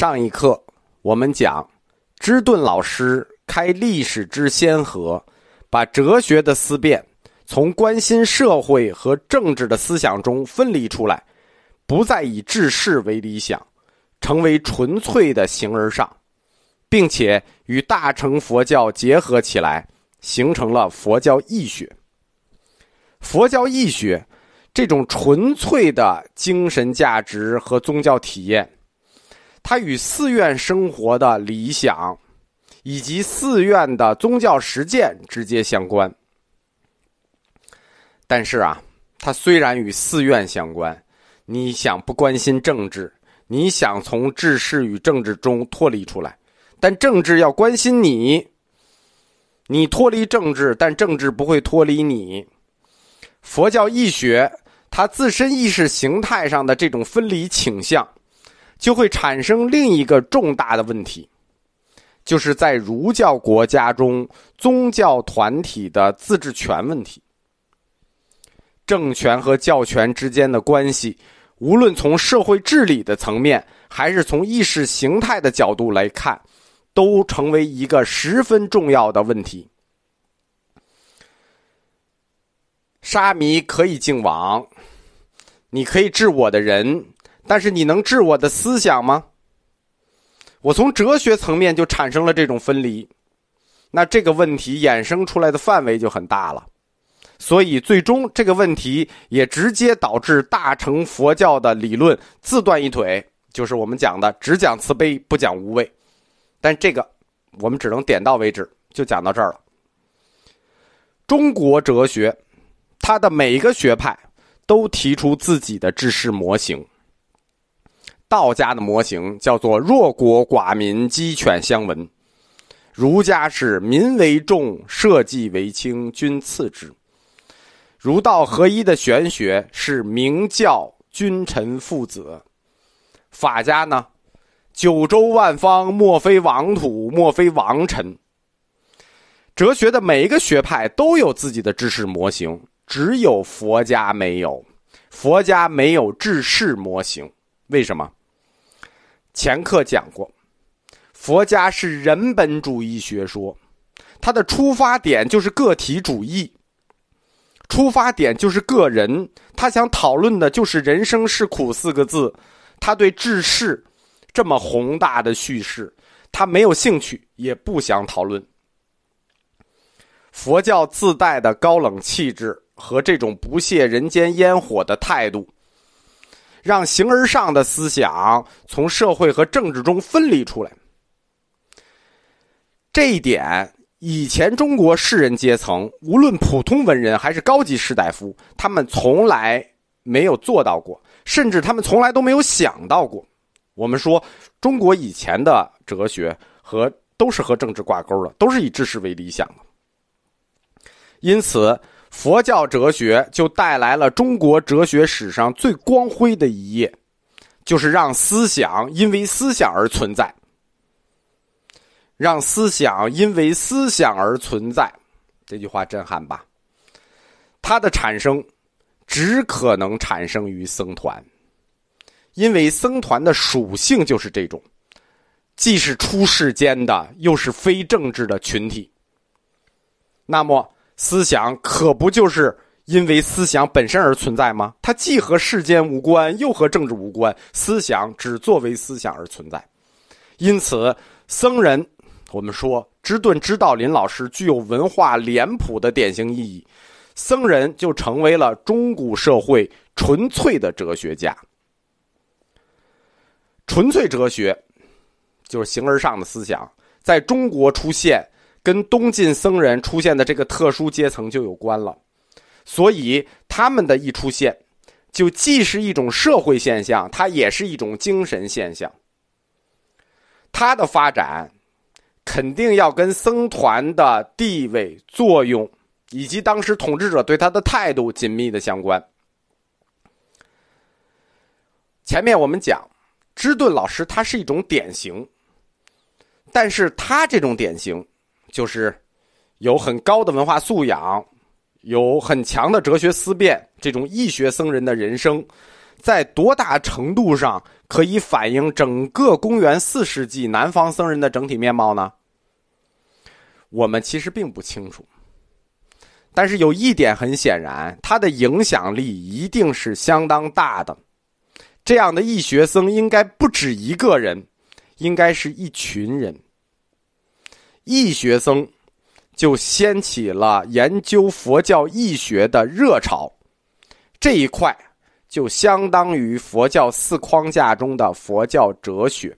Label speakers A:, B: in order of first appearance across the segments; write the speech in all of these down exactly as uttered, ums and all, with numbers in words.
A: 上一课我们讲芝顿老师开历史之先河，把哲学的思辨从关心社会和政治的思想中分离出来，不再以治世为理想，成为纯粹的形而上，并且与大乘佛教结合起来，形成了佛教义学。佛教义学这种纯粹的精神价值和宗教体验，它与寺院生活的理想以及寺院的宗教实践直接相关。但是啊，它虽然与寺院相关，你想不关心政治，你想从治世与政治中脱离出来，但政治要关心你，你脱离政治，但政治不会脱离你。佛教义学它自身意识形态上的这种分离倾向，就会产生另一个重大的问题，就是在儒教国家中宗教团体的自治权问题。政权和教权之间的关系，无论从社会治理的层面，还是从意识形态的角度来看，都成为一个十分重要的问题。沙弥可以敬王，你可以治我的人，但是你能治我的思想吗？我从哲学层面就产生了这种分离，那这个问题衍生出来的范围就很大了。所以最终这个问题也直接导致大乘佛教的理论自断一腿，就是我们讲的只讲慈悲不讲无畏。但这个我们只能点到为止，就讲到这儿了。中国哲学它的每一个学派都提出自己的治世模型。道家的模型叫做弱国寡民，鸡犬相闻；儒家是民为重，社稷为轻，君次之；儒道合一的玄学是明教，君臣父子；法家呢，九州万方，莫非王土，莫非王臣。哲学的每一个学派都有自己的治世模型，只有佛家没有。佛家没有治世模型，为什么？前课讲过，佛家是人本主义学说，它的出发点就是个体主义，出发点就是个人，他想讨论的就是人生是苦四个字，他对治世这么宏大的叙事，他没有兴趣，也不想讨论。佛教自带的高冷气质和这种不屑人间烟火的态度，让形而上的思想从社会和政治中分离出来。这一点以前中国士人阶层，无论普通文人还是高级士大夫，他们从来没有做到过，甚至他们从来都没有想到过。我们说中国以前的哲学和都是和政治挂钩的，都是以治世为理想的。因此佛教哲学就带来了中国哲学史上最光辉的一页，就是让思想因为思想而存在。让思想因为思想而存在，这句话震撼吧？它的产生只可能产生于僧团，因为僧团的属性就是这种，既是出世间的，又是非政治的群体。那么思想可不就是因为思想本身而存在吗？它既和世间无关，又和政治无关，思想只作为思想而存在。因此僧人，我们说芝顿知道林老师具有文化脸谱的典型意义，僧人就成为了中古社会纯粹的哲学家。纯粹哲学就是形而上的思想，在中国出现，跟东晋僧人出现的这个特殊阶层就有关了。所以他们的一出现，就既是一种社会现象，它也是一种精神现象。它的发展肯定要跟僧团的地位、作用以及当时统治者对他的态度紧密的相关。前面我们讲芝顿老师他是一种典型，但是他这种典型就是有很高的文化素养，有很强的哲学思辨，这种义学僧人的人生在多大程度上可以反映整个公元四世纪南方僧人的整体面貌呢？我们其实并不清楚。但是有一点很显然，它的影响力一定是相当大的。这样的义学僧应该不止一个人，应该是一群人。义学僧就掀起了研究佛教义学的热潮，这一块就相当于佛教四框架中的佛教哲学。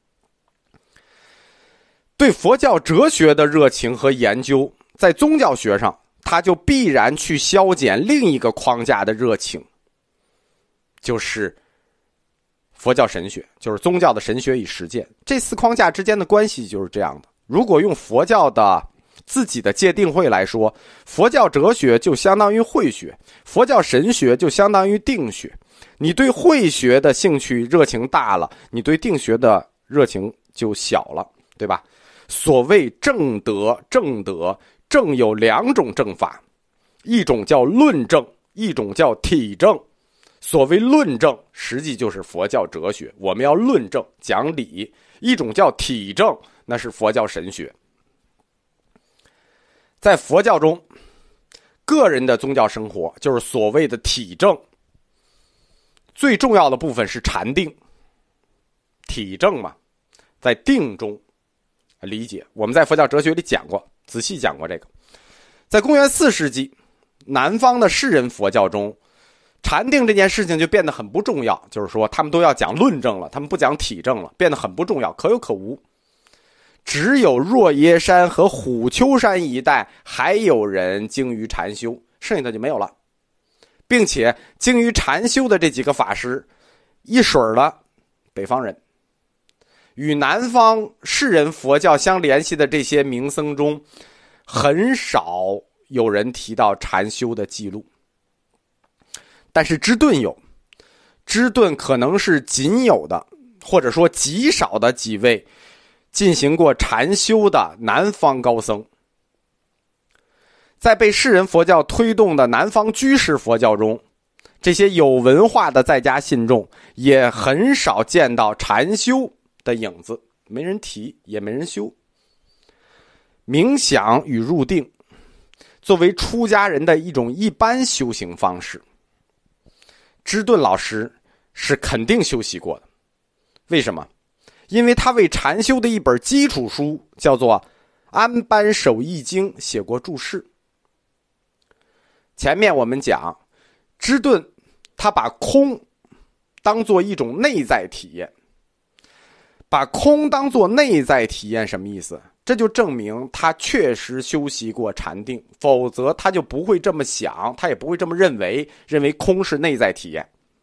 A: 对佛教哲学的热情和研究，在宗教学上它就必然去消减另一个框架的热情，就是佛教神学，就是宗教的神学与实践。这四框架之间的关系就是这样的。如果用佛教的自己的界定会来说，佛教哲学就相当于慧学，佛教神学就相当于定学。你对慧学的兴趣热情大了，你对定学的热情就小了，对吧？所谓正德，正德正有两种正法，一种叫论证，一种叫体证。所谓论证，实际就是佛教哲学，我们要论证讲理；一种叫体证，那是佛教神学。在佛教中，个人的宗教生活就是所谓的体证，最重要的部分是禅定。体证嘛，在定中理解，我们在佛教哲学里讲过，仔细讲过这个。在公元四世纪，南方的士人佛教中，禅定这件事情就变得很不重要，就是说他们都要讲论证了，他们不讲体证了，变得很不重要，可有可无。只有若耶山和虎丘山一带还有人精于禅修，剩下的就没有了。并且精于禅修的这几个法师，一水儿的北方人。与南方士人佛教相联系的这些名僧中，很少有人提到禅修的记录。但是支顿有，支顿可能是仅有的，或者说极少的几位进行过禅修的南方高僧。在被士人佛教推动的南方居士佛教中，这些有文化的在家信众也很少见到禅修的影子，没人提，也没人修。冥想与入定作为出家人的一种一般修行方式，支顿老师是肯定修习过的。为什么？因为他为禅修的一本基础书叫做《安般守义经》写过注释。前面我们讲，支顿他把空当作一种内在体验。把空当作内在体验什么意思？这就证明他确实修习过禅定，否则他就不会这么想，他也不会这么认为，认为空是内在体验。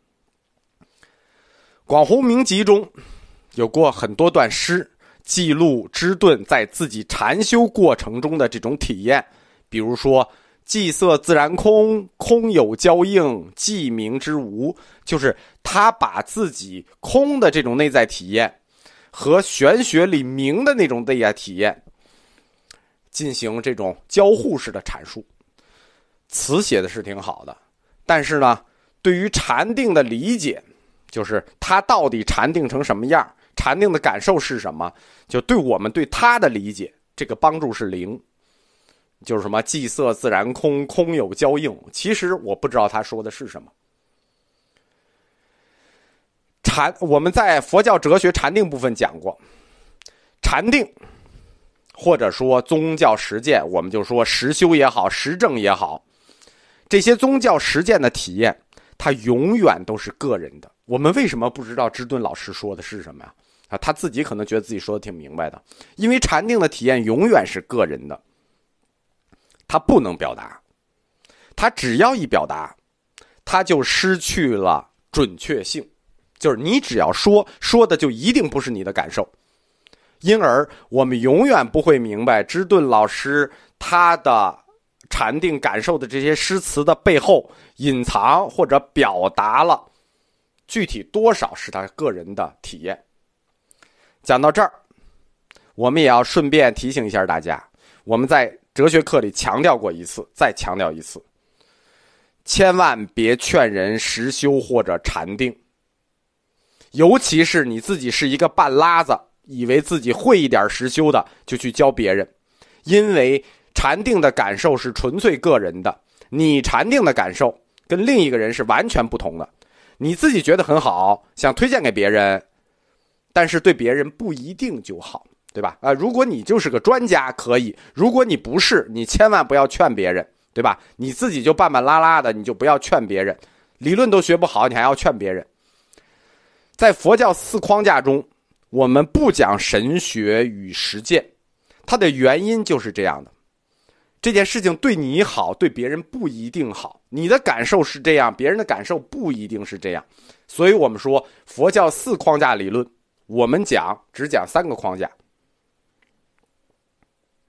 A: 广弘明集中有过很多段诗，记录支顿在自己禅修过程中的这种体验，比如说寂色自然空，空有交应，寂明之无，就是他把自己空的这种内在体验和玄学里明的那种内在体验进行这种交互式的阐述。词写的是挺好的，但是呢，对于禅定的理解，就是他到底禅定成什么样，禅定的感受是什么，就对我们对他的理解，这个帮助是零。就是什么寂色自然空，空有交应，其实我不知道他说的是什么。禅，我们在佛教哲学禅定部分讲过，禅定或者说宗教实践，我们就说实修也好，实证也好，这些宗教实践的体验，它永远都是个人的。我们为什么不知道支顿老师说的是什么呀？啊，他自己可能觉得自己说的挺明白的，因为禅定的体验永远是个人的，他不能表达，他只要一表达，他就失去了准确性，就是你只要说，说的就一定不是你的感受。因而我们永远不会明白支顿老师他的禅定感受的这些诗词的背后隐藏或者表达了具体多少是他个人的体验。讲到这儿，我们也要顺便提醒一下大家，我们在哲学课里强调过一次，再强调一次，千万别劝人实修或者禅定， 尤其是你自己是一个半拉子，以为自己会一点实修的就去教别人，因为禅定的感受是纯粹个人的，你禅定的感受跟另一个人是完全不同的。你自己觉得很好，想推荐给别人，但是对别人不一定就好，对吧？啊、呃，如果你就是个专家可以，如果你不是，你千万不要劝别人，对吧？你自己就半半拉拉的，你就不要劝别人，理论都学不好，你还要劝别人。在佛教四框架中，我们不讲神学与实践，它的原因就是这样的。这件事情对你好，对别人不一定好，你的感受是这样，别人的感受不一定是这样。所以我们说佛教四框架理论，我们讲只讲三个框架。